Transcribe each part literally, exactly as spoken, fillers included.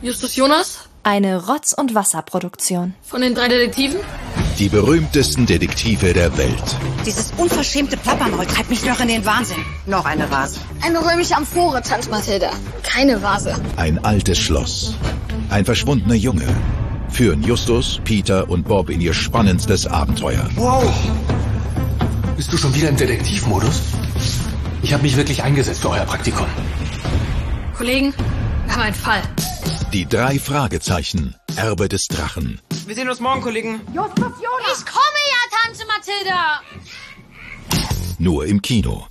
Justus Jonas. Eine Rotz- und Wasserproduktion. Von den drei Detektiven. Die berühmtesten Detektive der Welt. Dieses unverschämte Plappern heute treibt mich noch in den Wahnsinn. Noch eine Vase. Eine römische Amphore, Tante Mathilda. Keine Vase. Ein altes Schloss. Ein verschwundener Junge. Führen Justus, Peter und Bob in ihr spannendstes Abenteuer. Wow! Bist du schon wieder im Detektivmodus? Ich habe mich wirklich eingesetzt für euer Praktikum. Kollegen, wir haben einen Fall. Die drei Fragezeichen. Erbe des Drachen. Wir sehen uns morgen, Kollegen. Justus Jonas! Ich komme ja, Tante Mathilda! Nur im Kino.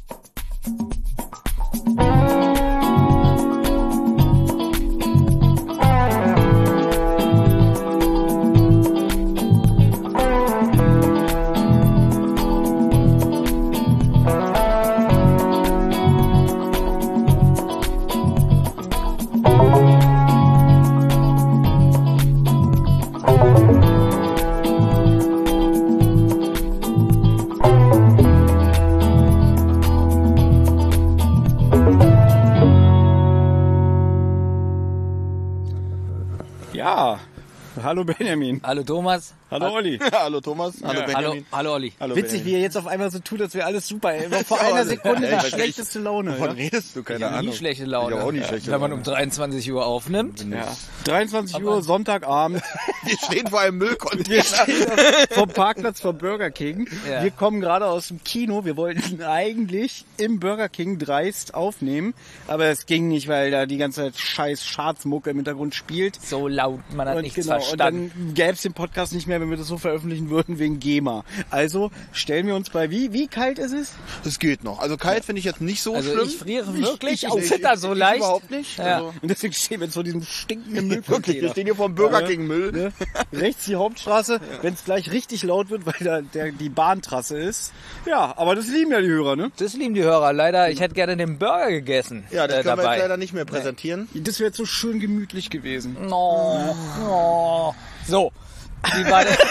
Ja, hallo Benjamin. Hallo Thomas. Hallo Olli. Hallo Thomas. Hallo Ja. Benjamin. Hallo, hallo Olli. Hallo Witzig, Benjamin. wie er jetzt auf einmal so tut, als wäre alles super. Ey. Noch vor einer Sekunde Ja, die ich weiß schlechteste Laune. Wovon Ja? redest du? Keine Ich habe Ahnung. nie schlechte Laune. Ich hab auch nie schlechte Wenn man Laune. um dreiundzwanzig Uhr aufnimmt. Ja. dreiundzwanzig Uhr, Sonntagabend. Wir stehen vor einem Müllcontainer. Wir stehen vom Parkplatz vom Burger King. Ja. Wir kommen gerade aus dem Kino. Wir wollten eigentlich im Burger King dreist aufnehmen. Aber es ging nicht, weil da die ganze Zeit scheiß Scharzmucke im Hintergrund spielt. So laut, man hat Und nichts genau, und verstanden. dann gäbe es den Podcast nicht mehr, wenn wir das so veröffentlichen würden wegen GEMA. Also stellen wir uns bei, wie, wie kalt ist es? Das geht noch. Also kalt finde ich jetzt nicht so Also schlimm. ich friere wirklich, ich, ich- zitter so leicht. Überhaupt nicht. Ja. Also, Und deswegen stehen wir jetzt vor diesem stinkenden wirklich, wir Müllcontainer. stehen hier vor dem Burger Ja. King Müll. Ne? Rechts die Hauptstraße, wenn es gleich richtig laut wird, weil da der, die Bahntrasse ist. Ja, aber das lieben ja die Hörer, ne? Das lieben die Hörer. Leider, ich hätte gerne den Burger gegessen. Ja, das äh, können wir dabei. jetzt leider nicht mehr präsentieren. Das wäre jetzt so schön gemütlich gewesen. No, no. So, wie war der,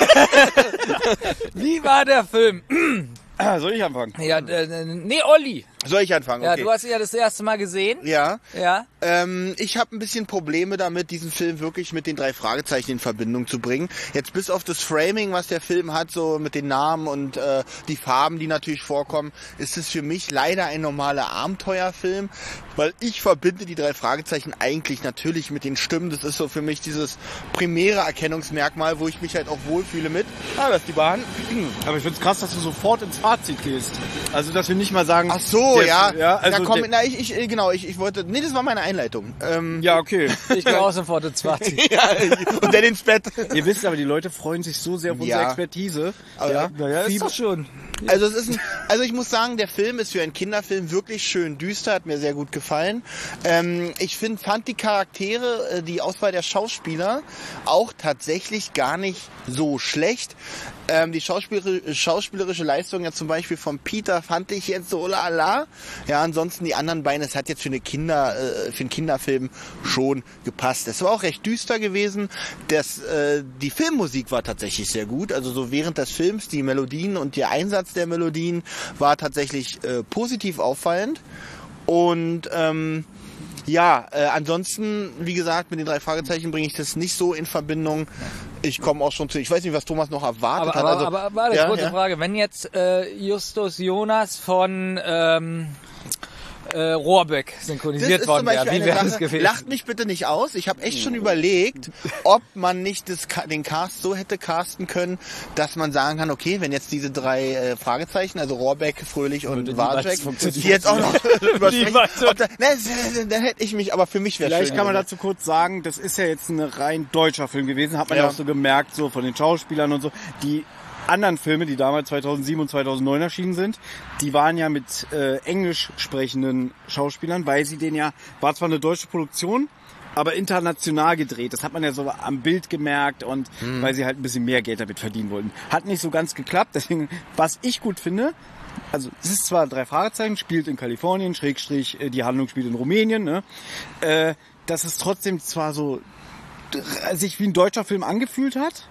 wie war der Film? Soll ich anfangen? Ja, äh, nee, Olli. Soll ich anfangen? Ja, Okay. du hast ihn ja das erste Mal gesehen. Ja. Ja. Ähm, ich habe ein bisschen Probleme damit, diesen Film wirklich mit den drei Fragezeichen in Verbindung zu bringen. Jetzt bis auf das Framing, was der Film hat, so mit den Namen und äh, die Farben, die natürlich vorkommen, ist es für mich leider ein normaler Abenteuerfilm, weil ich verbinde die drei Fragezeichen eigentlich natürlich mit den Stimmen. Das ist so für mich dieses primäre Erkennungsmerkmal, wo ich mich halt auch wohlfühle mit. Ah, das ist die Bahn. Aber ich find's krass, dass du sofort ins Fazit gehst. Also, dass wir nicht mal sagen... Ach so, der- ja. ja, also ja, komm, der- na, ich, ich, genau, ich, ich wollte, nee, das war meine Einleitung. Ähm, ja, okay. Ich gehe auch sofort ins Fazit. ja, und dann ins Bett. Ihr wisst aber, die Leute freuen sich so sehr auf unsere Ja. Expertise. Aber ja, Ja, ist doch schon. Also es ist ein, also ich muss sagen, der Film ist für einen Kinderfilm wirklich schön düster, hat mir sehr gut gefallen. Ähm, ich finde, fand die Charaktere, äh, die Auswahl der Schauspieler auch tatsächlich gar nicht so schlecht. Ähm, die schauspielerische, schauspielerische Leistung ja zum Beispiel von Peter fand ich jetzt so la la. Ja, ansonsten die anderen beiden, es hat jetzt für eine Kinder, äh, für einen Kinderfilm schon gepasst. Es war auch recht düster gewesen. Das, äh, die Filmmusik war tatsächlich sehr gut. Also so während des Films, die Melodien und der Einsatz der Melodien war tatsächlich äh, positiv auffallend. Und ähm, ja, äh, ansonsten, wie gesagt, mit den drei Fragezeichen bringe ich das nicht so in Verbindung. Ich komme auch schon zu, ich weiß nicht, was Thomas noch erwartet Aber, hat. aber, Also, aber warte, ja, kurze ja. Frage. Wenn jetzt äh, Justus Jonas von ähm, äh, Rohrbeck synchronisiert worden wäre, wie wäre das gewesen? Lacht mich bitte nicht aus. Ich habe echt schon überlegt, ob man nicht das, den Cast so hätte casten können, dass man sagen kann, okay, wenn jetzt diese drei äh, Fragezeichen, also Rohrbeck, Fröhlich und Warczek, die jetzt auch noch übersprechen, ob da, ne, dann hätte ich mich, aber für mich wäre Vielleicht schön kann man gewesen. dazu kurz sagen, das ist ja jetzt ein rein deutscher Film gewesen, hat man ja, Ja. auch so gemerkt, so von den Schauspielern und so. Die anderen Filme, die damals zweitausendsieben und zweitausendneun erschienen sind, die waren ja mit äh, englisch sprechenden Schauspielern, weil sie den ja, war zwar eine deutsche Produktion, aber international gedreht. Das hat man ja so am Bild gemerkt und Mhm. weil sie halt ein bisschen mehr Geld damit verdienen wollten. Hat nicht so ganz geklappt, deswegen, was ich gut finde, also es ist zwar drei Fragezeichen, spielt in Kalifornien, Schrägstrich, äh, die Handlung spielt in Rumänien, ne? Äh, dass es trotzdem zwar so äh, sich wie ein deutscher Film angefühlt hat,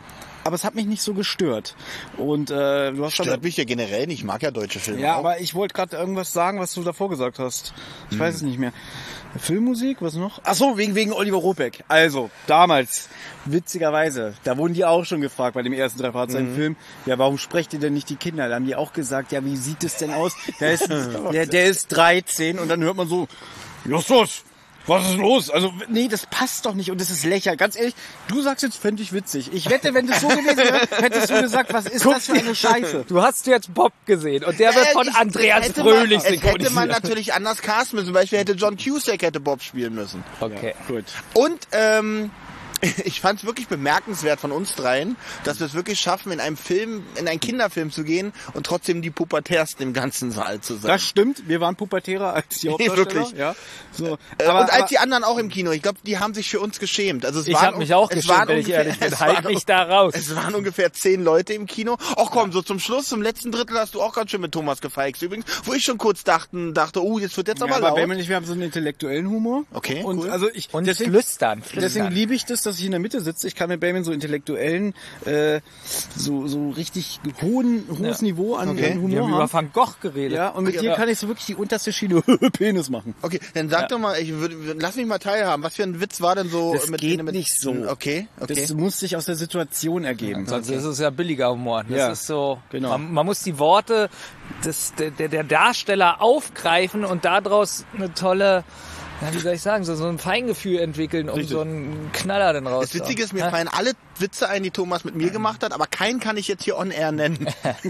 aber es hat mich nicht so gestört. Und äh, du hast Stört aber, mich ja generell nicht, ich mag ja deutsche Filme ja, auch. aber ich wollte gerade irgendwas sagen, was du davor gesagt hast. Ich hm. weiß es nicht mehr. Filmmusik, was noch? Ach so, wegen, wegen Oliver Rohrbeck. Also, damals, witzigerweise, da wurden die auch schon gefragt bei dem ersten drei Fragezeichen-Film, ja, warum sprecht ihr denn nicht die Kinder? Da haben die auch gesagt, ja, wie sieht es denn aus? Der ist, der, der ist dreizehn und dann hört man so, Justus, was ist los? Also, nee, das passt doch nicht und das ist lächerlich. Ganz ehrlich, du sagst jetzt, fände ich witzig. Ich wette, wenn das so gewesen wäre, hättest du gesagt, was ist Guck, das für eine Scheiße? Du hast jetzt Bob gesehen und der wird von ich, Andreas Fröhlich man, synchronisiert. Hätte man natürlich anders casten müssen. Zum Beispiel hätte John Cusack hätte Bob spielen müssen. Okay, ja, gut. Und, ähm... ich fand es wirklich bemerkenswert von uns dreien, dass wir es wirklich schaffen, in einem Film, in einen Kinderfilm zu gehen und trotzdem die Pubertärsten im ganzen Saal zu sein. Das stimmt, wir waren pubertärer als die Hauptdarsteller. Wirklich. Ja. So. Äh, Aber, und als aber, die anderen auch im Kino. Ich glaube, die haben sich für uns geschämt. Also es ich waren, habe mich auch es geschämt, waren wenn ich ungefähr, ehrlich bin. es Halt waren, mich da raus. Es waren ungefähr zehn Leute im Kino. Ach komm, so zum Schluss, zum letzten Drittel hast du auch ganz schön mit Thomas gefeixt übrigens. Wo ich schon kurz dachten, dachte, oh, jetzt wird jetzt ja, aber aber laut. Benjamin und ich, wir haben so einen intellektuellen Humor. Okay, und cool. also ich und deswegen, flüstern, flüstern. Deswegen liebe ich das, dass ich in der Mitte sitze. Ich kann mit Benjamin so intellektuellen, äh, so so richtig hohen, hohes Ja. Niveau an, Okay. an Humor Wir haben haben. über Van Gogh geredet. Ja, und mit Ja, dir aber- kann ich so wirklich die unterste Schiene Penis machen. Okay, dann sag Ja. doch mal, ich würd, lass mich mal teilhaben. Was für ein Witz war denn so Das mit geht mit, nicht so. Okay, okay. Das muss sich aus der Situation ergeben. Sonst ist es ja billiger Humor. Das Ja, ist so, genau. man, man muss die Worte des, der, der der Darsteller aufgreifen und daraus eine tolle, ja, wie soll ich sagen, so, so ein Feingefühl entwickeln, um Richtig. so einen Knaller dann raus. Das Witzige ist, mir Ja? fallen alle Witze ein, die Thomas mit mir gemacht hat, aber keinen kann ich jetzt hier on air nennen.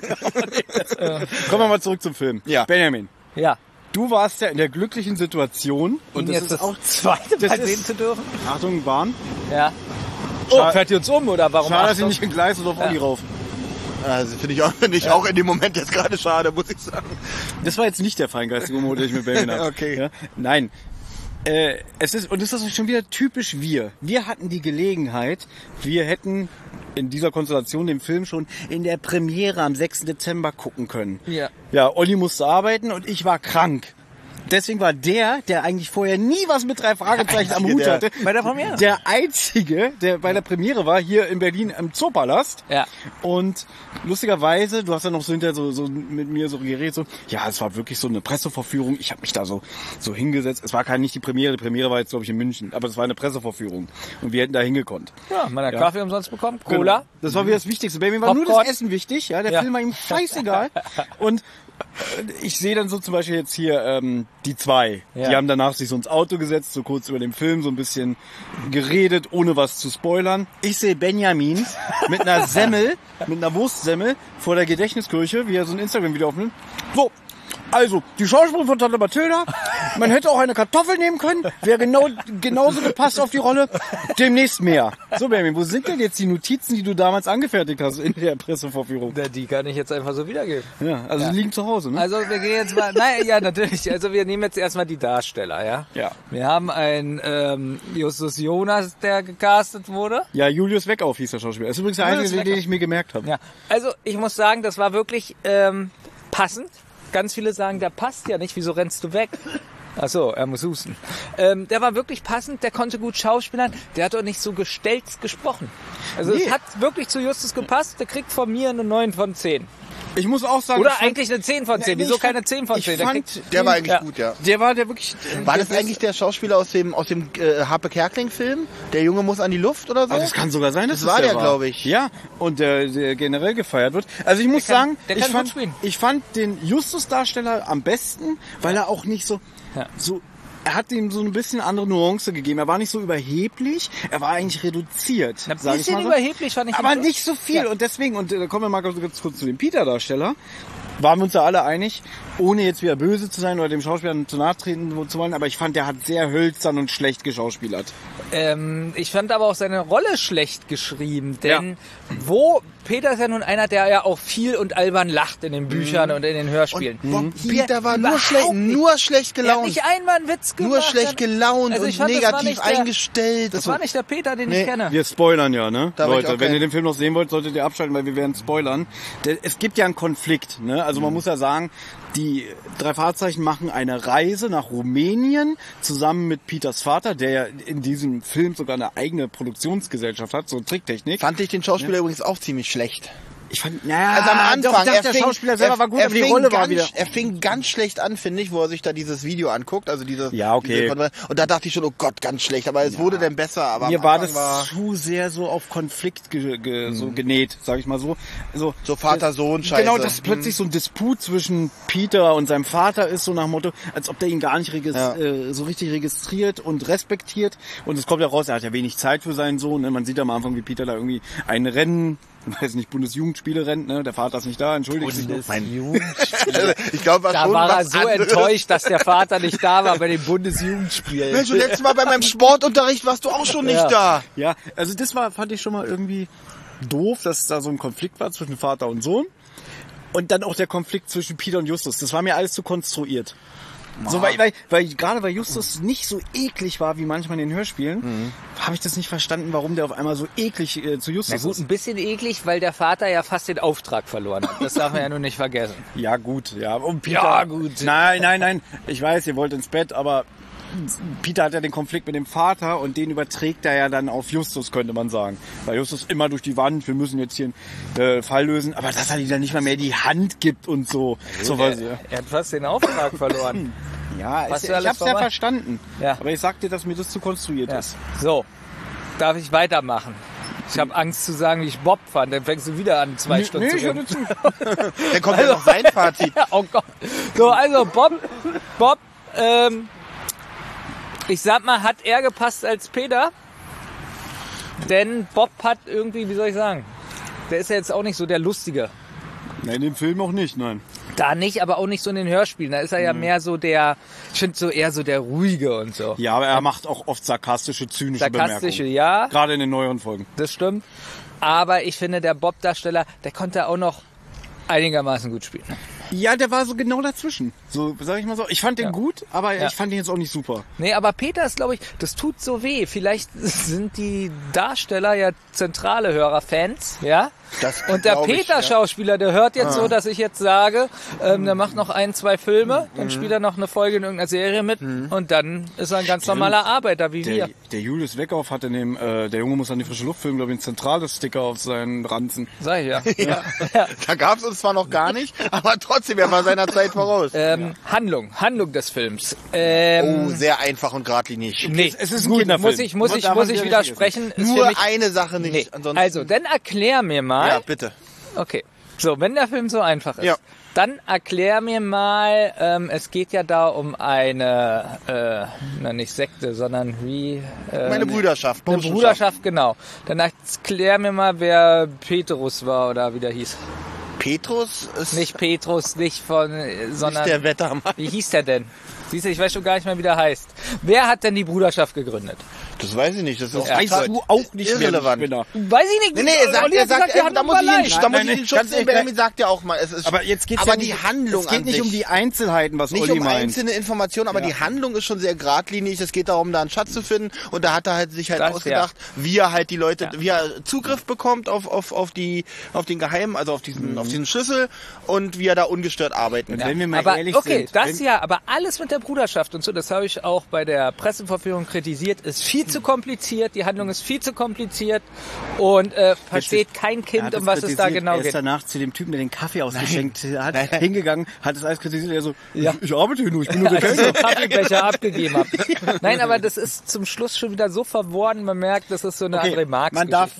Kommen wir mal zurück zum Film. Ja. Benjamin, Ja. du warst ja in der glücklichen Situation Und das jetzt ist das auch zweite das Mal ist- sehen zu dürfen? Achtung, Bahn. Ja. Oh, Schade- fährt ihr uns um oder warum? Schade, dass sie Achtung? nicht in Gleis oder auf Olli rauf. Also finde ich auch, finde ich auch in dem Moment jetzt gerade schade, muss ich sagen. Das war jetzt nicht der feingeistige Humor, den ich mit Benjamin hatte. Okay. Ja? Nein. Äh, es ist, und das ist schon wieder typisch wir. Wir hatten die Gelegenheit, wir hätten in dieser Konstellation den Film schon in der Premiere am sechsten Dezember gucken können. Ja. Ja, Olli musste arbeiten und ich war krank. Deswegen war der, der eigentlich vorher nie was mit drei Fragezeichen am Einzige, Hut der- hatte, Bei der Premiere. der Einzige, der bei der Premiere war, hier in Berlin im Zoopalast. Ja. Und lustigerweise, du hast ja noch so hinterher so, so mit mir so geredet, so, ja, es war wirklich so eine Pressevorführung. Ich habe mich da so so hingesetzt. Es war keine nicht die Premiere, die Premiere war jetzt, glaube ich, in München, aber es war eine Pressevorführung. Und wir hätten da hingekonnt. Ja, man hat Ja. Kaffee umsonst bekommen, Cola. Genau. Das war wieder das Wichtigste. Bei mir war nur Popcorn. das Essen wichtig, ja, der Ja. Film war ihm scheißegal. Und äh, ich sehe dann so zum Beispiel jetzt hier ähm, die zwei. Ja. Die haben danach sich so ins Auto gesetzt, so kurz über den Film, so ein bisschen geredet, ohne was zu spoilern. Ich sehe Benjamin mit einer Semmel, mit einer Wurstsemmel vor der Gedächtniskirche, wie er so ein Instagram-Video aufnimmt. So, also, die Schauspielerin von Tante Mathilda, man hätte auch eine Kartoffel nehmen können, wäre genau, genauso gepasst auf die Rolle, demnächst mehr. So, Benjamin, wo sind denn jetzt die Notizen, die du damals angefertigt hast in der Pressevorführung? Ja, die kann ich jetzt einfach so wiedergeben. Ja, also die liegen zu Hause, ne? Also wir gehen jetzt mal, nein, ja natürlich, also wir nehmen jetzt erstmal die Darsteller, ja. Ja. Wir haben einen ähm, Justus Jonas, der gecastet wurde. Ja, Julius Weckauf hieß der Schauspieler. Das ist übrigens der Julius einzige, den Weckauf. ich mir gemerkt habe. Ja, also ich muss sagen, das war wirklich ähm, passend. Ganz viele sagen, der passt ja nicht, wieso rennst du weg? Ach so, er muss husten. Ähm, der war wirklich passend, der konnte gut schauspielern, der hat doch nicht so gestelzt gesprochen. Also Nee. es hat wirklich zu Justus gepasst, der kriegt von mir eine neun von zehn. Ich muss auch sagen... Oder ich fand- eigentlich eine zehn von zehn. Nee, Wieso ich fand- keine zehn von ich zehn? Der fand- kriegt, Der war eigentlich Ja. gut, ja. Der war der wirklich... War der das eigentlich der Schauspieler aus dem aus dem äh, Harpe Kerkeling-Film? Der Junge muss an die Luft oder so? Ah, das kann sogar sein, dass Das es war der der, glaube ich. Ja, und der, der generell gefeiert wird. Also ich muss Der kann- sagen, der ich, kann gut fand, spielen. ich fand den Justus-Darsteller am besten, weil er auch nicht so, Ja. so... Er hat ihm so ein bisschen andere Nuance gegeben. Er war nicht so überheblich, er war eigentlich reduziert. Ein sag ich bisschen mal so. überheblich fand ich. Aber ihn. nicht so viel. Ja. Und deswegen, und äh, da kommen wir mal ganz ganz kurz zu dem Peter-Darsteller, waren wir uns da alle einig, ohne jetzt wieder böse zu sein oder dem Schauspieler zu nahe treten zu wollen, aber ich fand, der hat sehr hölzern und schlecht geschauspielert. Ähm, ich fand aber auch seine Rolle schlecht geschrieben, denn wo Peter ist ja nun einer, der ja auch viel und albern lacht in den Büchern mhm. und in den Hörspielen. Und Bob Peter war nur schlecht, nur schlecht gelaunt. Er hat nicht einmal einen Witz gemacht. Nur schlecht gelaunt also und fand, negativ das eingestellt. Der, das war nicht der Peter, den nee. ich kenne. Wir spoilern ja, ne? Da Leute, wenn ihr den Film noch sehen wollt, solltet ihr abschalten, weil wir werden spoilern. Der, es gibt ja einen Konflikt, ne? Also man mhm. muss ja sagen, die drei Fahrzeichen machen eine Reise nach Rumänien zusammen mit Peters Vater, der ja in diesem Film sogar eine eigene Produktionsgesellschaft hat, so Tricktechnik. Fand ich den Schauspieler ja. übrigens auch ziemlich schlecht. Ich fand, naja, also am Anfang, doch, er der fing, Schauspieler selber er, war gut, er aber die Rolle ganz, war wieder... Er fing ganz schlecht an, finde ich, wo er sich da dieses Video anguckt, also dieses... Ja, okay. Diese, und da dachte ich schon, oh Gott, ganz schlecht, aber es ja. wurde dann besser, aber mir war das war zu sehr so auf Konflikt ge, ge, mhm. so genäht, sag ich mal so. Also, so Vater-Sohn-Scheiße. Genau, dass plötzlich so ein Disput zwischen Peter und seinem Vater ist, so nach dem Motto, als ob der ihn gar nicht regis, ja. äh, so richtig registriert und respektiert. Und es kommt ja raus, er hat ja wenig Zeit für seinen Sohn. Ne? Man sieht am Anfang, wie Peter da irgendwie ein Rennen... Ich weiß nicht, Bundesjugendspiele rennt, ne? Der Vater ist nicht da, entschuldigt sich. Bundesjugendspiele. Ich glaube, da schon war was er so anderes. enttäuscht, dass der Vater nicht da war bei den Bundesjugendspielen. Mensch, und letztes Mal bei meinem Sportunterricht warst du auch schon nicht ja. da. Ja, also das war, fand ich schon mal irgendwie doof, dass da so ein Konflikt war zwischen Vater und Sohn. Und dann auch der Konflikt zwischen Peter und Justus. Das war mir alles zu konstruiert. So, weil, weil, weil, gerade weil Justus nicht so eklig war wie manchmal in den Hörspielen, mhm. habe ich das nicht verstanden, warum der auf einmal so eklig äh, zu Justus ist. Na gut, ein bisschen eklig, weil der Vater ja fast den Auftrag verloren hat. Das darf man ja nur nicht vergessen. Ja gut, ja. Und Peter, ja gut. Nein, nein, nein. Ich weiß, ihr wollt ins Bett, aber Peter hat ja den Konflikt mit dem Vater und den überträgt er ja dann auf Justus, könnte man sagen. Weil Justus immer durch die Wand, wir müssen jetzt hier einen äh, Fall lösen, aber dass er ihm dann nicht mal mehr die Hand gibt und so. so er, ja. er hat fast den Auftrag verloren. Ja, es, ich hab's ja verstanden. Ja. Aber ich sag dir, dass mir das zu konstruiert ja. ist. So, darf ich weitermachen? Ich habe Angst zu sagen, wie ich Bob fand. Dann fängst du wieder an, zwei nee, Stunden nee, zu reden. Dann kommt also, ja noch sein Fazit. Oh Gott. So, also Bob, Bob, ähm, ich sag mal, hat er gepasst als Peter? Denn Bob hat irgendwie, wie soll ich sagen, der ist ja jetzt auch nicht so der Lustige. Nein, in dem Film auch nicht, nein. Da nicht, aber auch nicht so in den Hörspielen. Da ist er ja mhm. mehr so der, ich finde so eher so der Ruhige und so. Ja, aber er macht auch oft sarkastische, zynische sarkastische, Bemerkungen. ja. Gerade in den neueren Folgen. Das stimmt. Aber ich finde, der Bob-Darsteller, der konnte auch noch einigermaßen gut spielen. Ja, der war so genau dazwischen. So, sag ich mal so. Ich fand den ja. gut, aber ja. ich fand ihn jetzt auch nicht super. Nee, aber Peter ist, glaube ich, das tut so weh. Vielleicht sind die Darsteller ja zentrale Hörerfans, ja? Das und der Peter-Schauspieler, der hört jetzt ah. so, dass ich jetzt sage, ähm, der macht noch ein, zwei Filme, dann mhm. spielt er noch eine Folge in irgendeiner Serie mit mhm. und dann ist er ein ganz Stimmt. normaler Arbeiter wie der, wir. Der Julius Weckauf hat in dem, äh, der Junge muss an die frische Luft filmen, glaube ich, ein zentrales Sticker auf seinen Ranzen. Sag ich ja. ja. ja. Da gab es uns zwar noch gar nicht, aber trotzdem, er war seiner Zeit voraus. Ähm, ja. Handlung, Handlung des Films. Ähm, oh, sehr einfach und geradlinig. Nee, es ist ein gut, Kinderfilm. muss ich, muss ich, muss ich widersprechen. Nur eine Sache nicht. Nee. Ansonsten Also, dann erklär mir mal. Ja, bitte. Okay, so, wenn der Film so einfach ist, ja. dann erklär mir mal, ähm, es geht ja da um eine, äh, na nicht Sekte, sondern wie... Äh, Meine Brüderschaft. Eine Brüderschaft, genau. Dann erklär mir mal, wer Petrus war oder wie der hieß. Petrus ist... Nicht Petrus, nicht von, sondern... Nicht der Wettermann. Wie hieß der denn? Siehst du, ich weiß schon gar nicht mehr, wie der heißt. Wer hat denn die Bruderschaft gegründet? Das weiß ich nicht. Das ist ja, weißt du auch nicht irrelevant. Mehr, weiß ich nicht. Nee, nee, er sagt, er sagt, sagt da muss ich ihn, da muss ich den Schutz nehmen. Benjamin sagt ja auch mal, es ist, aber jetzt geht's aber ja die nicht, Handlung es geht an nicht sich. um die Einzelheiten, was nicht Olli um meint. einzelne Informationen, aber ja. die Handlung ist schon sehr geradlinig. Es geht darum, da einen Schatz zu finden und da hat er halt sich halt das, ausgedacht, ja. wie er halt die Leute, ja. wie er Zugriff bekommt auf auf auf die auf den Geheimen, also auf diesen mhm. auf diesen Schlüssel und wie er da ungestört arbeiten kann. Ja. Wenn wir mal aber ehrlich okay, sind, das ja, aber alles mit der Bruderschaft und so, das habe ich auch bei der Presseverführung kritisiert, ist viel zu kompliziert, die Handlung ist viel zu kompliziert und äh, versteht kein Kind, um was es da genau geht. Er ist geht. danach zu dem Typen, der den Kaffee ausgeschenkt nein. hat, nein. hingegangen, hat das alles kritisiert, er so, ja. ich arbeite hier nur, ich bin nur der Kellner. Als ich den Kaffeebecher abgegeben habe. Nein, aber das ist zum Schluss schon wieder so verworren, man merkt, das ist so eine okay. André Marx Man darf,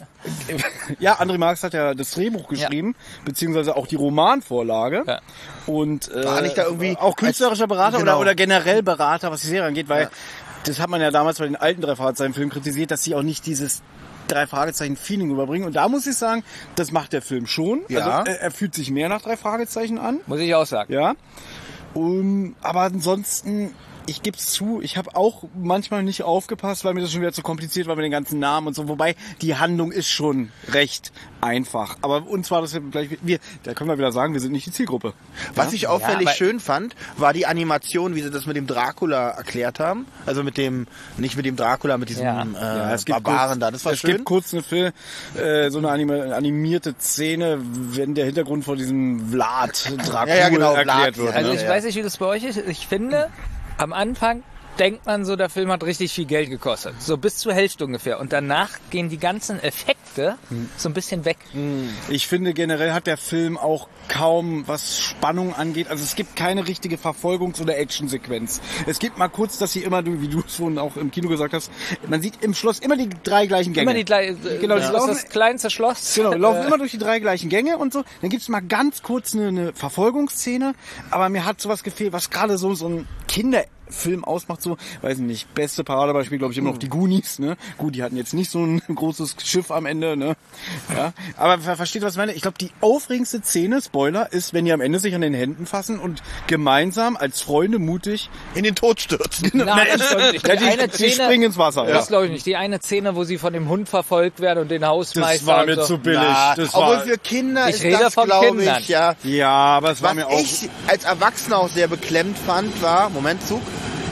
ja, André Marx hat ja das Drehbuch geschrieben, ja. beziehungsweise auch die Romanvorlage. Ja. Und äh, war nicht da irgendwie auch künstlerischer Berater genau. oder, oder generell Berater, was die Serie angeht, weil ja. das hat man ja damals bei den alten drei Fragezeichen-Filmen kritisiert, dass sie auch nicht dieses drei Fragezeichen-Feeling überbringen. Und da muss ich sagen, das macht der Film schon. Ja. Also er, er fühlt sich mehr nach drei Fragezeichen an. Muss ich auch sagen. Ja. Um, aber ansonsten ich gebe es zu, ich habe auch manchmal nicht aufgepasst, weil mir das schon wieder zu kompliziert war mit den ganzen Namen und so. Wobei, die Handlung ist schon recht einfach. Aber uns war das ja gleich, wir, da können wir wieder sagen, wir sind nicht die Zielgruppe. Was ja? ich auffällig ja, schön fand, war die Animation, wie sie das mit dem Dracula erklärt haben. Also mit dem, nicht mit dem Dracula, mit diesem Ja. äh, Ja, es gibt Barbaren kurz, da. Das war es schön. gibt kurz eine Film, äh, so eine anima- animierte Szene, wenn der Hintergrund von diesem Vlad Dracula Ja, ja, genau, erklärt Vlad, wird. Also ne? ich ja. weiß nicht, wie das bei euch ist. Ich finde, am Anfang denkt man so, der Film hat richtig viel Geld gekostet. So bis zur Hälfte ungefähr. Und danach gehen die ganzen Effekte so ein bisschen weg. Ich finde, generell hat der Film auch kaum, was Spannung angeht. Also es gibt keine richtige Verfolgungs- oder Actionsequenz. Es gibt mal kurz, dass sie immer, wie du es vorhin auch im Kino gesagt hast, man sieht im Schloss immer die drei gleichen Gänge. Immer die gleiche, Genau, das die ist laufen- das kleinste Schloss. Genau, wir laufen Äh, immer durch die drei gleichen Gänge und so. Dann gibt's mal ganz kurz eine, eine Verfolgungsszene, aber mir hat sowas gefehlt, was gerade so, so ein Kinderfilm ausmacht, so, weiß ich nicht, beste Paradebeispiel, glaube ich, immer noch die Goonies, ne? Gut, die hatten jetzt nicht so ein großes Schiff am Ende, ne? Ja, aber ver versteht, was ich meine? Ich glaube, die aufregendste Szene, Spoiler, ist, wenn die am Ende sich an den Händen fassen und gemeinsam als Freunde mutig In den Tod stürzt. Nein, das stimmt nicht. Die ja, die, eine die Szene, springen ins Wasser. das Ja. glaube ich nicht. Die eine Szene, wo sie von dem Hund verfolgt werden und den Hausmeister. Das war mir und so. zu billig. Na, Das obwohl war, für Kinder Ich ist rede das, von glaube Kindern. ich, ja. ja, aber es war Was mir auch... ich als Erwachsener auch sehr beklemmt fand, war, Moment, Zug.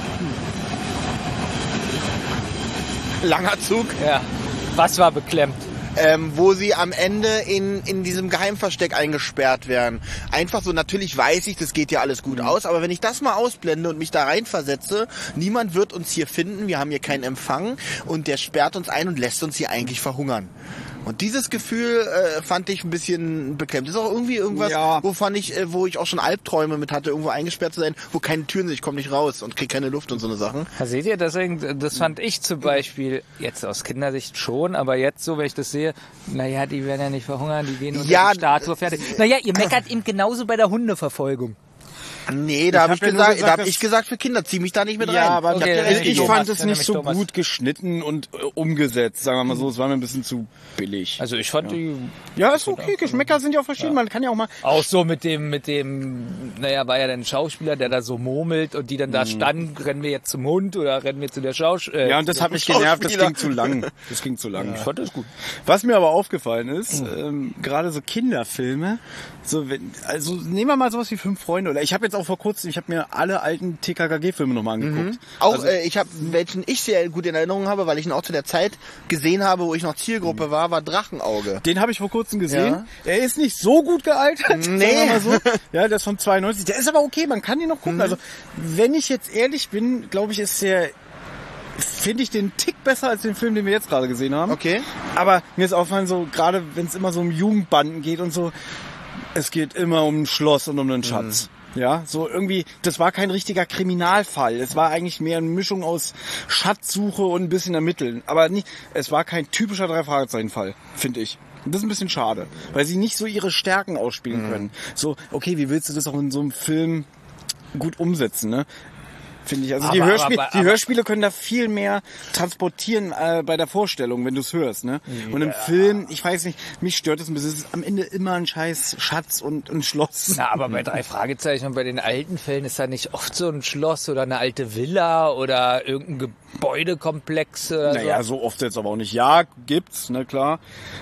Langer Zug. Ja. Was war beklemmt? Ähm, wo sie am Ende in, in diesem Geheimversteck eingesperrt werden. Einfach so, natürlich weiß ich, das geht ja alles gut aus, aber wenn ich das mal ausblende und mich da reinversetze, niemand wird uns hier finden, wir haben hier keinen Empfang und der sperrt uns ein und lässt uns hier eigentlich verhungern. Und dieses Gefühl äh, fand ich ein bisschen beklemmt. Das ist auch irgendwie irgendwas, Ja. wo fand ich, äh, wo ich auch schon Albträume mit hatte, irgendwo eingesperrt zu sein, wo keine Türen sind, ich komme nicht raus und krieg keine Luft und so eine Sachen. Da seht ihr, deswegen, das fand ich zum Beispiel jetzt aus Kindersicht schon, aber jetzt so, wenn ich das sehe, naja, die werden ja nicht verhungern, die gehen unter Ja, die Statue fertig. Naja, ihr meckert eben genauso bei der Hundeverfolgung. Nee, da habe hab ich ja nur gesagt, gesagt, da habe dass- ich gesagt, für Kinder zieh mich da nicht mit rein. Ja, aber Okay, hab dir dann recht ich Thomas, gegeben. fand es dann nicht nämlich so Thomas. gut geschnitten und äh, umgesetzt, sagen wir mal so. Es war mir ein bisschen zu billig. Also ich fand die Ja, ist okay. Geschmäcker sind ja auch verschieden. Man kann ja auch mal... auch so mit dem, mit dem, naja, war ja dann ein Schauspieler, der da so murmelt und die dann da standen, rennen wir jetzt zum Hund oder rennen wir zu der Schauspieler. Ja, und das hat mich genervt. Das Schauspieler. ging zu lang. Das ging zu lang. ich fand das gut. Was mir aber aufgefallen ist, ähm, gerade so Kinderfilme, so wenn, also nehmen wir mal sowas wie Fünf Freunde oder ich habe jetzt auch vor kurzem, ich habe mir alle alten T K K G-Filme nochmal angeguckt. Auch Also, äh, ich habe, welchen ich sehr gut in Erinnerung habe, weil ich ihn auch zu der Zeit gesehen habe, wo ich noch Zielgruppe war, war Drachenauge. den habe ich vor kurzem gesehen. Ja. Er ist nicht so gut gealtert, Nee. sagen wir mal so. Ja, der ist von zweiundneunzig. Der ist aber okay, man kann ihn noch gucken. Also, wenn ich jetzt ehrlich bin, glaube ich, ist der, finde ich den Tick besser als den Film, den wir jetzt gerade gesehen haben. Okay. Aber mir ist aufgefallen, so gerade wenn es immer so um Jugendbanden geht und so, es geht immer um ein Schloss und um einen Schatz. Ja, so irgendwie, das war kein richtiger Kriminalfall. Es war eigentlich mehr eine Mischung aus Schatzsuche und ein bisschen ermitteln. Aber nicht, es war kein typischer Drei-Fragezeichen-Fall, finde ich. Und das ist ein bisschen schade, weil sie nicht so ihre Stärken ausspielen können. So, okay, wie willst du das auch in so einem Film gut umsetzen, ne? Finde ich. Also die, Aber- Hörspiel, aber- die aber- Hörspiele können da viel mehr transportieren äh, bei der Vorstellung, wenn du es hörst, ne? Und im Film, ich weiß nicht, mich stört es ein bisschen. Es ist am Ende immer ein scheiß Schatz und ein Schloss. Na, aber bei drei Fragezeichen und bei den alten Fällen ist da nicht oft so ein Schloss oder eine alte Villa oder irgendein Gebäudekomplex oder Naja, so. so oft jetzt aber auch nicht. Ja, gibt's, ne, klar.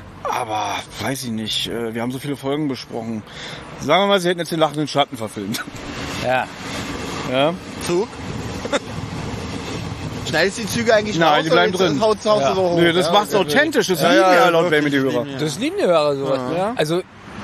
Aber, weiß ich nicht, äh, wir haben so viele Folgen besprochen. Sagen wir mal, sie hätten jetzt den lachenden Schatten verfilmt. Ja. Ja? Zug. Schneidest du die Züge eigentlich Nein, raus, die bleiben oder drin. Haut's Haus Ja. so hoch? Nö, das Ja, macht's okay. authentisch, das Ja, lieben ja, ja laut wirklich, Wayne die das Hörer. lieben Das lieben die Hörer sowas. Ja. Also,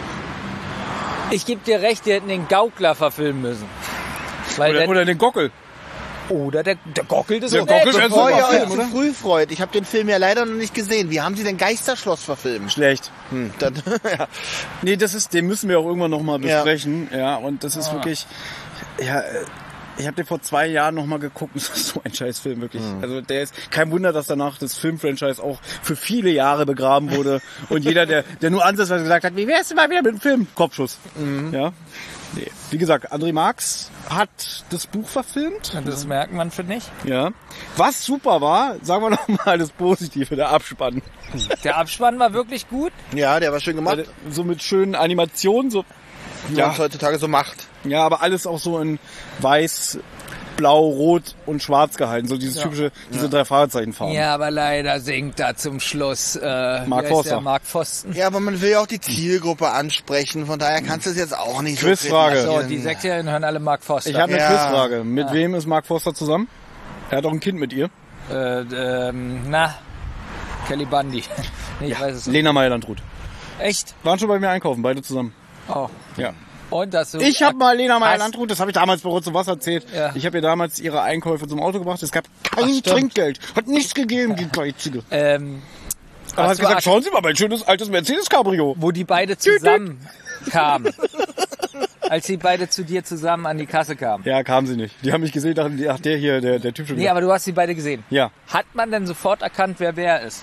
ich gebe dir recht, die hätten den Gaukler verfilmen müssen. Weil Oder, dann, oder den Gockel. oder der, der gockelt ist Der okay. Gockel ist Bevor super ihr euch Film, zu oder? früh freut, ich habe den Film ja leider noch nicht gesehen. Wie haben Sie denn Geisterschloss verfilmt? Schlecht. Hm, dann, ja. Nee, das ist, den müssen wir auch irgendwann nochmal Ja. besprechen. Ja, und das ist wirklich, ja, äh, ich habe den vor zwei Jahren nochmal geguckt. Das ist so ein scheiß Film, wirklich. Also der ist, kein Wunder, dass danach das Filmfranchise auch für viele Jahre begraben wurde. Und jeder, der, der nur ansatzweise gesagt hat, wie wär's denn mal wieder mit dem Film? Kopfschuss. Ja. Nee. Wie gesagt, André Marx hat das Buch verfilmt. Das merkt man, finde ich. Ja. Was super war, sagen wir noch mal das Positive, der Abspann. Der Abspann war wirklich gut. ja, der war schön gemacht. So mit schönen Animationen, so. Wie man es heutzutage so macht. Ja, aber alles auch so in weiß, blau, rot und schwarz gehalten. So dieses Ja. typische, diese drei Fragezeichenfarben. Ja, aber leider singt da zum Schluss äh, Mark wie heißt Forster. der? Mark Forsten. Ja, aber man will ja auch die Zielgruppe ansprechen, von daher kannst du es jetzt auch nicht Quizfrage. so So, kritisieren. die Sechsjährigen hören alle Mark Forster. Ich habe eine Ja. Quizfrage. Mit wem ist Mark Forster zusammen? Er hat auch ein Kind mit ihr. äh, ähm, na, Kelly Bundy. Nee, ich weiß es nicht. Lena Meyer-Landrut. Echt? Waren schon bei mir einkaufen, beide zusammen. Oh. Ja. Und das so. Ich habe mal Lena Hast- Meyer-Landrut, das habe ich damals bei Rot zum Wasser erzählt. Ja. Ich habe ihr damals ihre Einkäufe zum Auto gebracht. Es gab kein Ach, stimmt. Trinkgeld. Hat nichts gegeben, die Geizige. Ähm, Aber hast hat du gesagt, Ak- schauen Sie mal, mein schönes altes Mercedes-Cabrio. wo die beide zusammen kamen. Als sie beide zu dir zusammen an die Kasse kamen. Ja, kamen sie nicht. Die haben mich gesehen, dachten, ach, der hier, der, der Typ schon Nee, wieder. aber du hast sie beide gesehen. Ja. Hat man denn sofort erkannt, wer wer ist?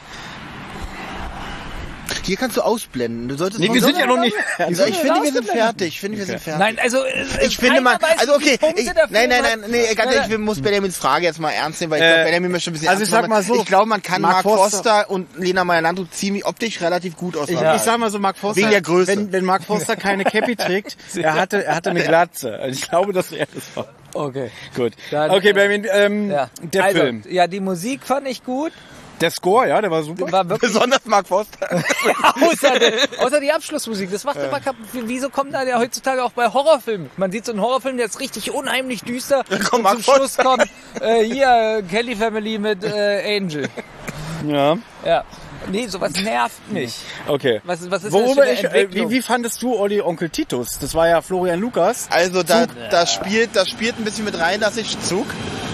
Hier kannst du ausblenden. Du solltest Nee, wir sind ja noch nicht. Also ich finde, wir sind fertig. Ich finde, wir sind fertig. Nein, also äh, Ich finde keiner man, weiß, also wie okay, viele Punkte ich, der nein, Film nein, hat. nein, nee, ganz ehrlich, ich muss Benjamins Frage jetzt mal ernst nehmen, weil ich Äh, glaube, Benjamin möchte ein bisschen also ernst ich sag nehmen. mal so, Ich glaube, man kann Mark Mark Forster, Forster und Lena Meyer-Landrut ziemlich optisch relativ gut aus. Ich, ich sag mal so, Mark Forster, Wegen der Größe. Wenn, wenn Mark Forster keine Cappy trägt, er hatte, er hatte eine Glatze. Also ich glaube, dass er das war. Okay. Gut. Dann, okay, äh, Benjamin, ähm, Ja. der also, Film. Ja, die Musik fand ich gut. Der Score, ja, der war super. War wirklich Besonders Mark Forster. außer, der, außer die Abschlussmusik. Das macht immer kaputt. Wieso kommt da der heutzutage auch bei Horrorfilmen? Man sieht so einen Horrorfilm, der ist richtig unheimlich düster. kommt und Mark zum Schluss kommt äh, hier äh, Kelly Family mit äh, Angel. Ja, Ja. Nee, sowas nervt mich. okay. Was, was ist Worüber das ich, für eine äh, Entwicklung? wie, wie fandest du Olli Onkel Titus? Das war ja Florian Lukas. Also da, da spielt, da spielt ein bisschen mit rein, dass ich Zug.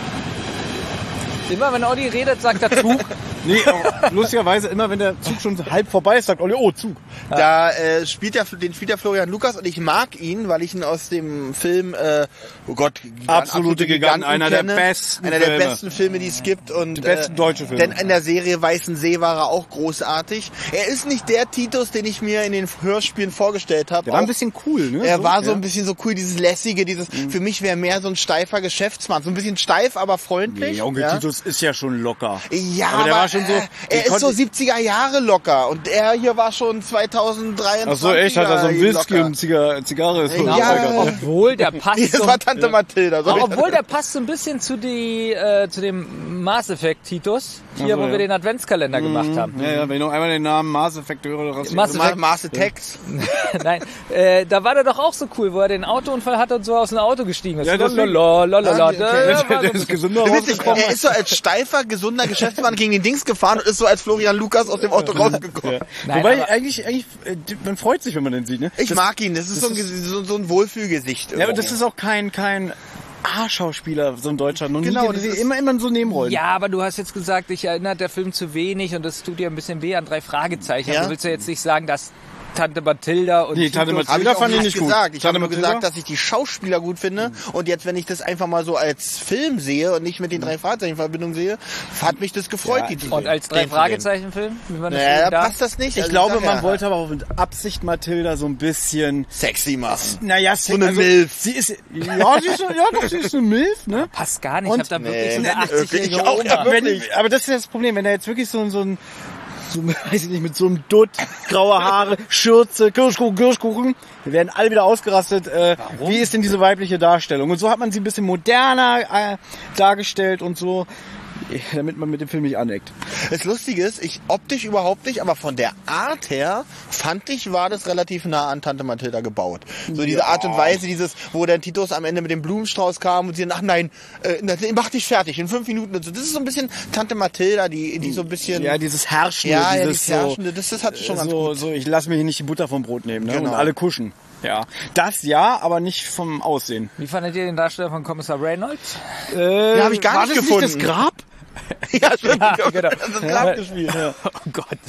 Immer wenn Olli redet, sagt er Zug. Nee, auch lustigerweise immer, wenn der Zug schon halb vorbei ist, sagt Olli, oh, Zug. Da äh, spielt der, den spielt der Florian Lukas und ich mag ihn, weil ich ihn aus dem Film, äh, oh Gott, Giganten, Absolute Giganten, einer der kenne. besten einer der Filme. besten Filme, die es gibt und Die besten äh, deutschen Filme. Denn in der Serie Weißen See war er auch großartig. Er ist nicht der Titus, den ich mir in den Hörspielen vorgestellt habe. Der war ein bisschen cool, ne? Er war so ja. ein bisschen so cool, dieses lässige, dieses. Mhm. Für mich wäre mehr so ein steifer Geschäftsmann, so ein bisschen steif, aber freundlich. Nee, Onkel ja? Titus ist ja schon locker. Ja, aber der war schon so. äh, er ich ist so konnte- siebziger Jahre locker und er hier war schon zweitausenddreiundzwanzig. Ach so, echt? Hat er so ein Whisky locker. und Ziga Zigarre? Ist so Ja. locker. Obwohl der passt Das so, war Tante Mathilda. So obwohl der passt so ein bisschen zu die äh, zu dem Mass Effect Titus, hier Ach so, wo ja. wir den Adventskalender gemacht haben. Ja, ja, wenn ich noch einmal den Namen Mass Effect höre, raste ich Mass aus. Effect- Ma Master Tex. Nein, äh, da war der doch auch so cool, wo er den Autounfall hatte und so aus dem Auto gestiegen ist. Ja, deswegen- Lalalala, Ah, okay. der war Der so ist gesünder Witzig, rausgekommen. er ist so als steifer, gesunder Geschäftsmann gegen den Dings gefahren und ist so als Florian Lukas aus dem Auto rausgekommen. Ja. Nein, Wobei aber- eigentlich, eigentlich, äh, man freut sich, wenn man den sieht, ne? Ich das, mag ihn, das ist, so, ein, so, so ein Wohlfühlgesicht. Ja, aber das ist auch kein, kein A-Schauspieler, so in Deutschland. Und Genau, die, das die, ist- immer, immer so Nebenrollen. Ja, aber du hast jetzt gesagt, dich erinnert der Film zu wenig und das tut dir ein bisschen weh an drei Fragezeichen. Ja. Du willst ja jetzt nicht sagen, dass Tante Mathilda und Nee, Tante Titus- Hab ich Mathilda auch fand ich nicht nicht gut. gesagt. Ich habe Tante nur Mathilda? gesagt, dass ich die Schauspieler gut finde. Und jetzt, wenn ich das einfach mal so als Film sehe und nicht mit den drei Fragezeichen in Verbindung sehe, hat mich das gefreut, Ja, die zu Und sehen. als drei Den zu sehen. Fragezeichen-Film? Wie war das Naja, Film da da? passt das nicht. Ich Also glaube, sag man ja, wollte aber auch mit Absicht Mathilda so ein bisschen, sexy machen. naja, So eine Milf. Sie ist, ja, sie ist, ja, doch, sie ist eine Milf, ne? Passt gar nicht. Und- ich hab da wirklich Nee, so nee, eine nee, achtzig-jährige ich auch, Oma. ja, Wenn, wirklich. aber das ist ja das Problem, wenn er jetzt wirklich so, so ein, so, weiß ich nicht, mit so einem Dutt, graue Haare, Schürze, Kirschkuchen, Kirschkuchen, wir werden alle wieder ausgerastet. Äh, wie ist denn diese weibliche Darstellung? Und so hat man sie ein bisschen moderner äh, dargestellt und so, damit man mit dem Film nicht aneckt. Das Lustige ist, ich optisch überhaupt nicht, aber von der Art her fand ich, war das relativ nah an Tante Mathilda gebaut. So diese Art und Weise, dieses, wo der Titus am Ende mit dem Blumenstrauß kam und sie, ach nein, äh, mach dich fertig in fünf Minuten und so. Das ist so ein bisschen Tante Mathilda, die, die so ein bisschen, Ja, dieses Herrschende, ja, ja, dieses dieses Herrschende, das, das hat so, schon ganz so, gut. so, ich lasse mir hier nicht die Butter vom Brot nehmen, ne? Genau. Und alle kuschen. Ja, das ja, aber nicht vom Aussehen. Wie fandet ihr den Darsteller von Kommissar Reynolds? Äh, Ja, hab ich gar war nicht das gefunden. Nicht das Grab? Ja, stimmt. Ja, genau. Das ist klar gespielt. Oh Gott.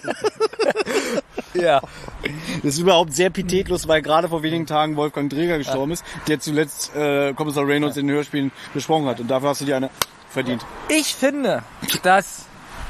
Ja. Das ist überhaupt sehr pitetlos, weil gerade vor wenigen Tagen Wolfgang Dreger gestorben ist, der zuletzt äh, Kommissar Reynolds in den Hörspielen besprochen hat. Und dafür hast du dir eine verdient. Ich finde, dass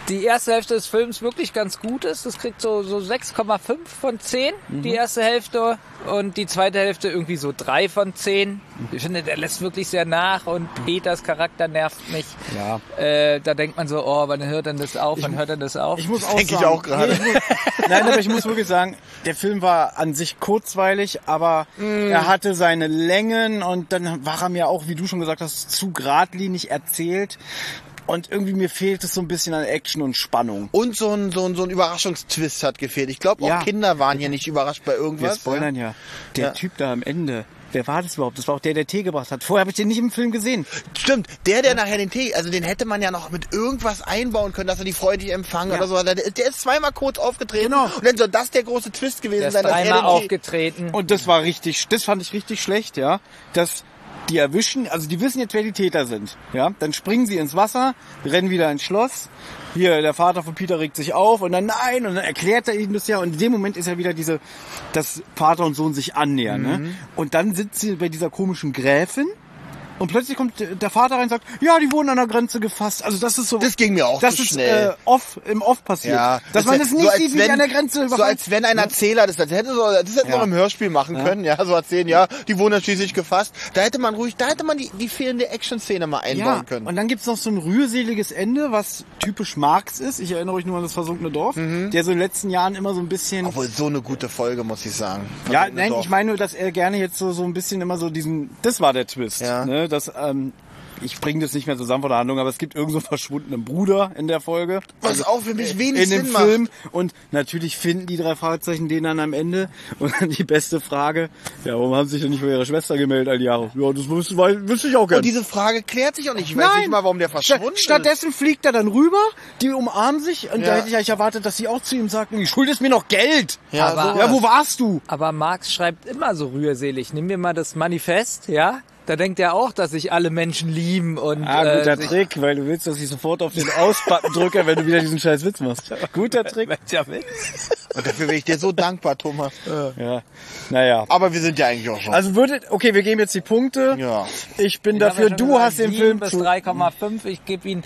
die erste Hälfte des Films wirklich ganz gut ist. Das kriegt so, so sechs Komma fünf von zehn, mhm. die erste Hälfte. Und die zweite Hälfte irgendwie so drei von zehn. Ich finde, der lässt wirklich sehr nach und Peters Charakter nervt mich. Ja. Äh, da denkt man so, oh, wann hört denn das auf, wann hört denn das auf? Ich muss auch Denke sagen, ich auch gerade. Nee, nein, aber ich muss wirklich sagen, der Film war an sich kurzweilig, aber mm. er hatte seine Längen und dann war er mir auch, wie du schon gesagt hast, zu geradlinig erzählt. Und irgendwie mir fehlt es so ein bisschen an Action und Spannung. Und so ein, so ein, so ein Überraschungstwist hat gefehlt. Ich glaube, auch ja. Kinder waren hier nicht überrascht bei irgendwas. Wir spoilern ja. Der Ja. Typ da am Ende. Wer war das überhaupt? Das war auch der, der Tee gebracht hat. Vorher habe ich den nicht im Film gesehen. Stimmt, der, der nachher den Tee, also den hätte man ja noch mit irgendwas einbauen können, dass er die freudig empfangen Ja. oder so. Der, der ist zweimal kurz aufgetreten. Genau. Und dann soll das der große Twist gewesen Der ist sein, dass er dreimal den Tee... aufgetreten. Und das war richtig, das fand ich richtig schlecht, ja. Das, die erwischen, also die wissen jetzt, wer die Täter sind, ja. Dann springen sie ins Wasser, rennen wieder ins Schloss. Hier, der Vater von Peter regt sich auf und dann nein, und dann erklärt er ihnen das ja. Und in dem Moment ist ja wieder diese, dass Vater und Sohn sich annähern, Mhm. ne. Und dann sind sie bei dieser komischen Gräfin. Und plötzlich kommt der Vater rein und sagt, ja, die wurden an der Grenze gefasst. Also das ist so. Das ging mir auch Das zu ist schnell. Äh, off, im Off passiert. Ja, Dass man das nicht so als sieht, wie wenn, die an der Grenze So überfallen. als wenn ein Erzähler das, das hätte so, das hätte Ja. noch im Hörspiel machen Ja. können, ja, so erzählen, ja, die wurden dann schließlich gefasst. Da hätte man ruhig, da hätte man die, die fehlende Action-Szene mal einbauen Ja, können. und dann gibt's noch so ein rührseliges Ende, was typisch Marx ist. Ich erinnere euch nur an das versunkene Dorf, der so in den letzten Jahren immer so ein bisschen... Obwohl, so eine gute Folge, muss ich sagen. ja, Versunkene nein, Dorf. ich meine nur, dass er gerne jetzt so, so ein bisschen immer so diesen... Das war der Twist, Ja. ne? Das, ähm, ich bringe das nicht mehr zusammen von der Handlung, aber es gibt irgend so einen verschwundenen Bruder in der Folge. Was auch für mich wenig in dem Sinn Film. macht. Und natürlich finden die drei Fragezeichen den dann am Ende. Und dann die beste Frage, ja, warum haben sie sich denn nicht bei ihrer Schwester gemeldet all die Jahre? Ja, das wüsste, wüsste ich auch gerne. Und diese Frage klärt sich auch nicht. Ich weiß nicht mal, warum der verschwunden ist. Stattdessen fliegt er dann rüber, die umarmen sich und Ja. da hätte ich eigentlich erwartet, dass sie auch zu ihm sagen, du schuldest mir noch Geld. Ja, Aber- sowas. Ja, wo warst du? Aber Marx schreibt immer so rührselig. Nimm mir mal das Manifest, ja? Da denkt er auch, dass sich alle Menschen lieben und Ah, guter äh, sich- Trick, weil du willst, dass ich sofort auf den Aus-Button drücke, wenn du wieder diesen scheiß Witz machst. Guter Trick. Ja, mit. Und dafür bin ich dir so dankbar, Thomas. Ja, naja. Aber wir sind ja eigentlich auch schon. Also würde, okay, wir geben jetzt die Punkte. Ja. Ich bin Ich hab dafür, ja schon du gesagt, hast den sieben Film bis zu... drei Komma fünf. Ich gebe ihn.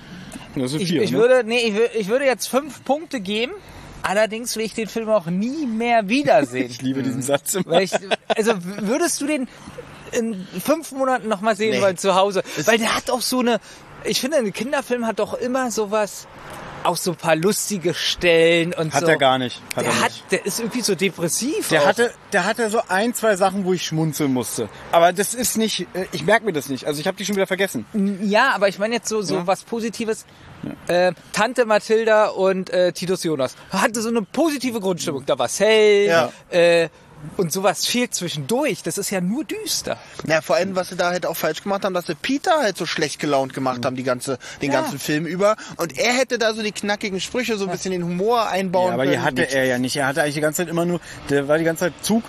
Das sind Ich, vier, ich ne? würde, nee, ich, wür- ich würde jetzt fünf Punkte geben. Allerdings will ich den Film auch nie mehr wiedersehen. Ich liebe diesen Satz immer. Weil ich, also w- würdest du den in fünf Monaten noch mal sehen Nee. wollen zu Hause? Weil der hat auch so eine, ich finde, ein Kinderfilm hat doch immer sowas, auch so ein paar lustige Stellen und Hat so. er gar nicht. Hat Der er hat, nicht. der ist irgendwie so depressiv. Der auch. hatte, der hatte so ein, zwei Sachen, wo ich schmunzeln musste. Aber das ist nicht, äh, ich merke mir das nicht. Also ich habe die schon wieder vergessen. Ja, aber ich meine jetzt so, so Ja. was Positives. Äh, Tante Mathilda und äh, Titus Jonas hatte so eine positive Grundstimmung. Da war hell. Ja. Äh, und sowas fehlt zwischendurch. Das ist ja nur düster. Ja, vor allem, was sie da halt auch falsch gemacht haben, dass sie Peter halt so schlecht gelaunt gemacht haben, die ganze, den Ja. ganzen Film über. Und er hätte da so die knackigen Sprüche, so ein bisschen den Humor einbauen Ja, aber können. die hatte Nicht. er ja nicht. Er hatte eigentlich die ganze Zeit immer nur, der war die ganze Zeit Zug,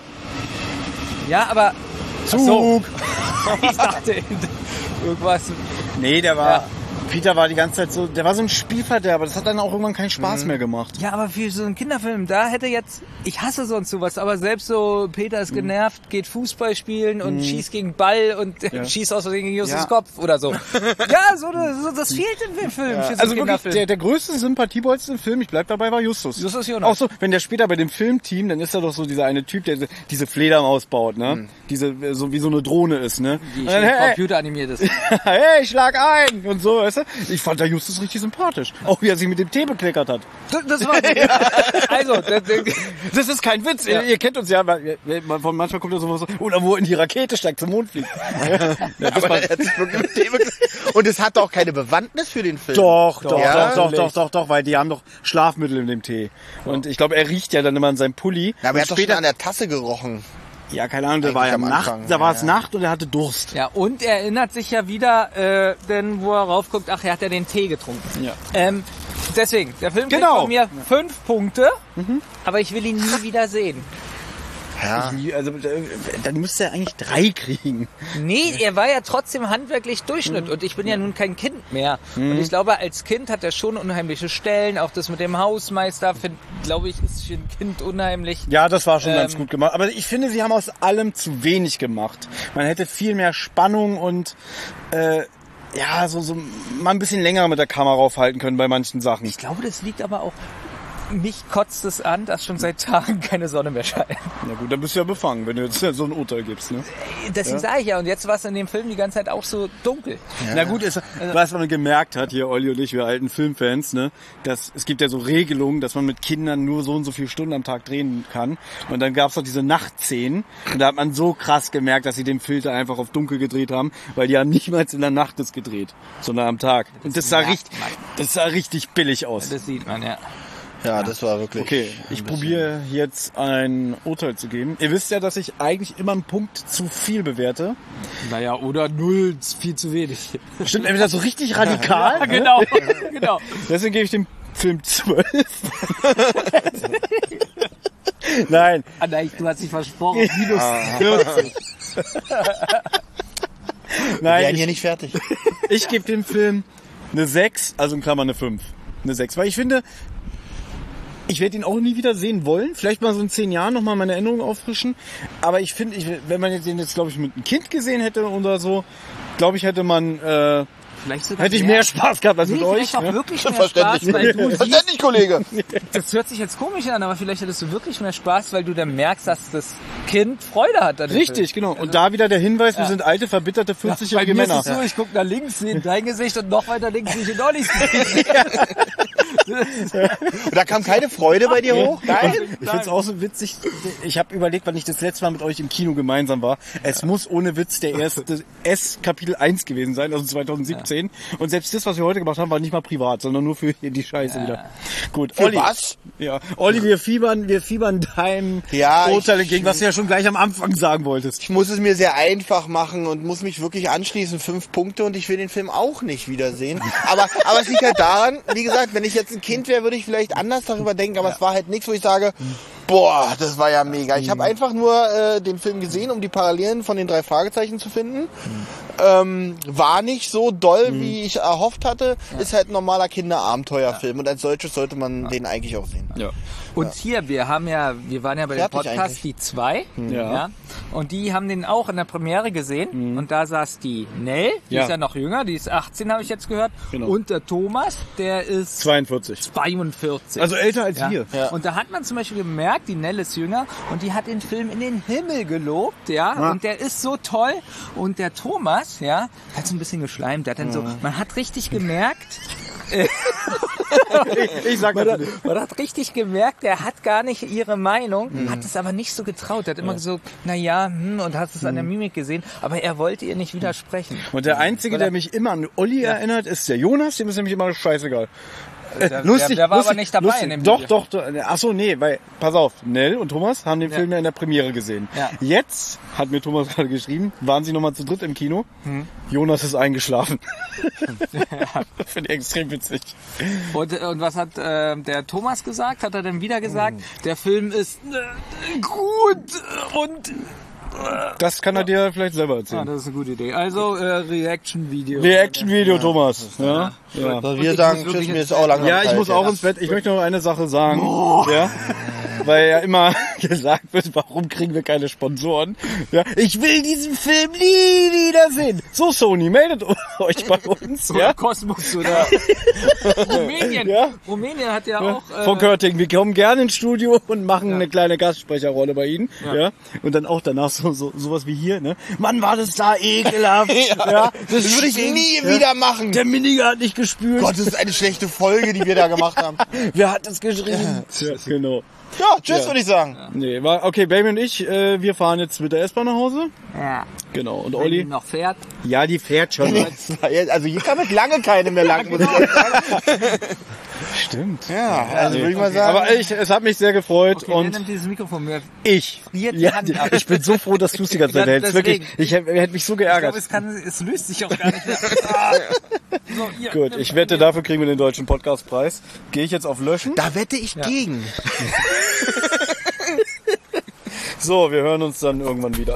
Ja, aber Zug. so. Ich dachte irgendwas. Nee, der war, Ja. Peter war die ganze Zeit so, der war so ein Spielverderber. Das hat dann auch irgendwann keinen Spaß mehr gemacht. Ja, aber für so einen Kinderfilm, da hätte jetzt, ich hasse sonst sowas, aber selbst so, Peter ist genervt, geht Fußball spielen und schießt gegen Ball und schießt aus Versehen gegen Justus Ja. Kopf oder so. Ja, so, so das fehlt in dem Film für so einen Also wirklich, Kinderfilm. der, der größte Sympathiebolster im Film, ich bleib dabei, war Justus. Justus Jonas. Auch so, wenn der später bei dem Filmteam, dann ist er doch so dieser eine Typ, der diese Fledermaus baut, ne? Diese, so wie so eine Drohne ist, ne? Die Und dann, schön hey, computeranimiert ist. hey, schlag ein! Und so, weißt du? Ich fand der Justus richtig sympathisch. Auch wie er sich mit dem Tee bekleckert hat. Das, das war also, das, Das ist kein Witz. Ja. Ihr, ihr kennt uns ja. weil- man- von Manchmal kommt da sowas so, oder wo in die Rakete steigt, zum Mond fliegt. Ja, das Aber war, er hat sich wirklich mit dem bekle- Und es hat auch keine Bewandtnis für den Film. doch, doch, Ja, doch, doch, natürlich. doch, doch, doch, weil die haben doch Schlafmittel in dem Tee. Und ich glaube, er riecht ja dann immer in seinem Pulli. Ja, aber er Und hat doch schon an der Tasse gerochen. ja, keine Ahnung, da Eigentlich war ja am Nacht, Anfang, da war ja, es ja. Nacht und er hatte Durst. ja, und er erinnert sich ja wieder, äh, denn wo er raufguckt, ach, er hat ja den Tee getrunken. Ja. Ähm, deswegen, der Film kriegt Genau. von mir fünf Punkte, aber ich will ihn nie wieder sehen. Ja. Ich- Also, äh, dann müsste er eigentlich drei kriegen. Nee, er war ja trotzdem handwerklich Durchschnitt und ich bin ja nun kein Kind mehr. Und ich glaube, als Kind hat er schon unheimliche Stellen. Auch das mit dem Hausmeister, find, glaube ich, ist für ein Kind unheimlich. Ja, das war schon Ähm, ganz gut gemacht. Aber ich finde, sie haben aus allem zu wenig gemacht. Man hätte viel mehr Spannung und äh, ja, so, so mal ein bisschen länger mit der Kamera aufhalten können bei manchen Sachen. Ich glaube, das liegt aber auch, mich kotzt es an, dass schon seit Tagen keine Sonne mehr scheint. Na gut, dann bist du ja befangen, wenn du jetzt so ein Urteil gibst, ne? Deswegen ja. sage ich ja, und jetzt war es in dem Film die ganze Zeit auch so dunkel. Ja. Na gut, ist, was man gemerkt hat, hier Olli und ich, wir alten Filmfans, ne, dass es gibt ja so Regelungen, dass man mit Kindern nur so und so viele Stunden am Tag drehen kann. Und dann gab es doch diese Nachtszenen und da hat man so krass gemerkt, dass sie den Filter einfach auf dunkel gedreht haben, weil die haben nicht mal in der Nacht das gedreht, sondern am Tag. Und das sah richtig, das sah richtig billig aus. Das sieht man, ja. Ja, das war wirklich... Okay, ich probiere jetzt ein Urteil zu geben. Ihr wisst ja, dass ich eigentlich immer einen Punkt zu viel bewerte. Naja, oder null, viel zu wenig. Stimmt, entweder so richtig radikal. Ja, genau, genau. Deswegen gebe ich dem Film zwölf. Nein. Ah, nein, du hast dich versprochen. Minus vierzig. Wir Nein, werden ich, hier nicht fertig. ich gebe dem Film eine sechs, also in Klammern eine fünf. Eine sechs, weil ich finde... Ich werde ihn auch nie wieder sehen wollen. Vielleicht mal so in zehn Jahren nochmal meine Erinnerungen auffrischen. Aber ich finde, ich, wenn man den jetzt, glaube ich, mit einem Kind gesehen hätte oder so, glaube ich, hätte man, äh, hätte ich mehr, mehr Spaß gehabt als nee, mit euch. Auch Ja? wirklich mehr Spaß, weil du Verständlich, Kollege. Das hört sich jetzt komisch an, aber vielleicht hättest du wirklich mehr Spaß, weil du dann merkst, dass das Kind Freude hat. An Richtig, Film. Genau. Und da wieder der Hinweis, ja. wir sind alte, verbitterte, vierzigjährige ja, Männer. Ist es so, ich gucke nach links, sehe dein Gesicht und noch weiter links sehe ich in Ollis Gesicht. Da kam keine Freude bei dir hoch? Nein. Ich finde es auch so witzig. Ich habe überlegt, wann ich das letzte Mal mit euch im Kino gemeinsam war. Es muss ohne Witz der erste S Kapitel eins gewesen sein, also zwanzig siebzehn. Ja. Und selbst das, was wir heute gemacht haben, war nicht mal privat, sondern nur für die Scheiße ja. wieder. Gut. Für Olli, was? Ja. Olli, wir fiebern, wir fiebern deinem ja, Urteil entgegen, was du ja schon gleich am Anfang sagen wolltest. Ich muss es mir sehr einfach machen und muss mich wirklich anschließen. Fünf Punkte und ich will den Film auch nicht wiedersehen. Aber, aber es liegt halt daran, wie gesagt, wenn ich jetzt ein Kind wäre, würde ich vielleicht anders darüber denken, aber ja. es war halt nichts, wo ich sage, boah, das war ja mega. Ich habe einfach nur äh, den Film gesehen, um die Parallelen von den drei Fragezeichen zu finden. Mhm. Ähm, war nicht so doll, mhm. wie ich erhofft hatte. Ja. Ist halt ein normaler Kinderabenteuerfilm ja. und als solches sollte man ja. den eigentlich auch sehen. Ja. Und ja. hier, wir haben ja, wir waren ja bei Fertig dem Podcast eigentlich. Die zwei, ja. ja, und die haben den auch in der Premiere gesehen mhm. und da saß die Nell, die ja. ist ja noch jünger, die ist achtzehn, habe ich jetzt gehört, genau. und der Thomas, der ist zweiundvierzig. zweiundvierzig. Also älter als ja. wir. Ja. Und da hat man zum Beispiel gemerkt, die Nell ist jünger und die hat den Film in den Himmel gelobt, ja, ja. und der ist so toll und der Thomas, ja, hat so ein bisschen geschleimt, der hat dann mhm. so, man hat richtig gemerkt, ich, ich sag man, hat, man hat richtig gemerkt, der hat gar nicht ihre Meinung, mhm. hat es aber nicht so getraut. Er hat immer ja. so, na ja, hm, und hast es mhm. an der Mimik gesehen, aber er wollte ihr nicht widersprechen. Und der Einzige, der mich immer an Olli ja. erinnert, ist der Jonas, dem ist nämlich immer scheißegal. Der, lustig, der, der war lustig, aber nicht dabei lustig. in dem Doch, Video. doch, doch. Ach so, nee, weil, pass auf, Nell und Thomas haben den ja. Film ja in der Premiere gesehen. Ja. Jetzt, hat mir Thomas gerade geschrieben, waren sie nochmal zu dritt im Kino. Hm. Jonas ist eingeschlafen. Ja. Finde ich extrem witzig. Und, und was hat äh, der Thomas gesagt? Hat er denn wieder gesagt, hm. der Film ist äh, gut und... Das kann er dir vielleicht selber erzählen. Ja, das ist eine gute Idee. Also äh, Reaction-Video. Reaction-Video, ja. Thomas. Ja. Ja. Ja. Wir sagen, tschüss, mir ist auch langsam. Ja, ich muss auch ins Bett. Ich möchte noch eine Sache sagen. Oh. Ja. Weil ja immer gesagt wird, warum kriegen wir keine Sponsoren? Ja, ich will diesen Film nie wiedersehen. So, Sony, meldet euch bei uns. Oder ja? Kosmos oder Rumänien. Ja? Rumänien hat ja, ja. auch... Äh, von Körting, wir kommen gerne ins Studio und machen ja. eine kleine Gastsprecherrolle bei Ihnen. Ja. Ja? Und dann auch danach so, so sowas wie hier. Ne? Mann, war das da ekelhaft. ja. Ja? Das, das würde ich nie ja. wieder machen. Der Miniger hat nicht gespült. Gott, das ist eine schlechte Folge, die wir da gemacht haben. Wer hat das geschrieben? Ja, genau. Ja, tschüss, ja. würde ich sagen. Ja. Nee, war, okay, Baby und ich, äh, wir fahren jetzt mit der S-Bahn nach Hause. Ja. Genau, und Wenn Olli? die noch fährt? Ja, die fährt schon. Also hier kann mit lange keine mehr lang, muss ich sagen. Stimmt. Ja, also nee. würde ich mal sagen. Aber ich, es hat mich sehr gefreut. Okay, und wer nimmt dieses Mikrofon mehr? Ich. Friert die ja, Hand ab. Ich bin so froh, dass du es die ganze Zeit hältst. Wirklich. Ich hätte hätt mich so geärgert. Ich glaube, es, kann, es löst sich auch gar nicht mehr. So, hier, gut, ich wette, dafür kriegen wir den deutschen Podcastpreis. Gehe ich jetzt auf Löschen? Da wette ich ja. gegen. So, wir hören uns dann irgendwann wieder.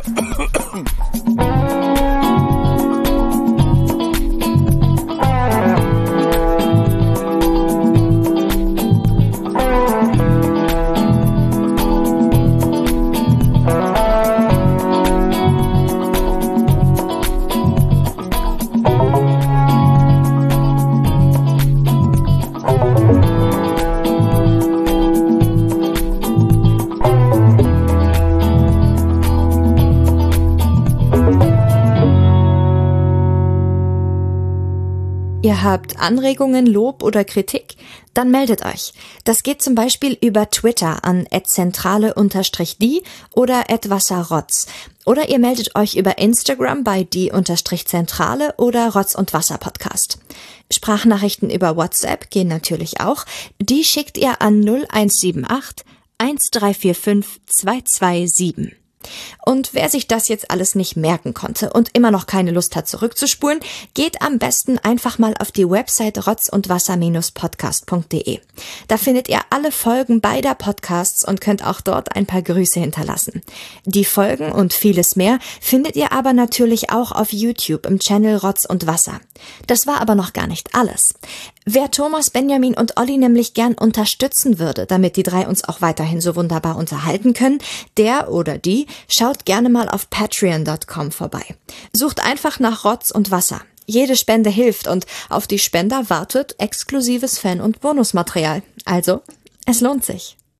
Ihr habt Anregungen, Lob oder Kritik? Dann meldet euch. Das geht zum Beispiel über Twitter an at zentrale unterstrich die oder at wasserrotz. Oder ihr meldet euch über Instagram bei die unterstrich zentrale oder Rotz und Wasser Podcast. Sprachnachrichten über WhatsApp gehen natürlich auch. Die schickt ihr an null eins sieben acht eins drei vier fünf zwei zwei sieben. Und wer sich das jetzt alles nicht merken konnte und immer noch keine Lust hat zurückzuspulen, geht am besten einfach mal auf die Website rotz und wasser podcast punkt de. Da findet ihr alle Folgen beider Podcasts und könnt auch dort ein paar Grüße hinterlassen. Die Folgen und vieles mehr findet ihr aber natürlich auch auf YouTube im Channel Rotz und Wasser. Das war aber noch gar nicht alles. Wer Thomas, Benjamin und Olli nämlich gern unterstützen würde, damit die drei uns auch weiterhin so wunderbar unterhalten können, der oder die schaut gerne mal auf patreon punkt com vorbei. Sucht einfach nach Rotz und Wasser. Jede Spende hilft und auf die Spender wartet exklusives Fan- und Bonusmaterial. Also, es lohnt sich.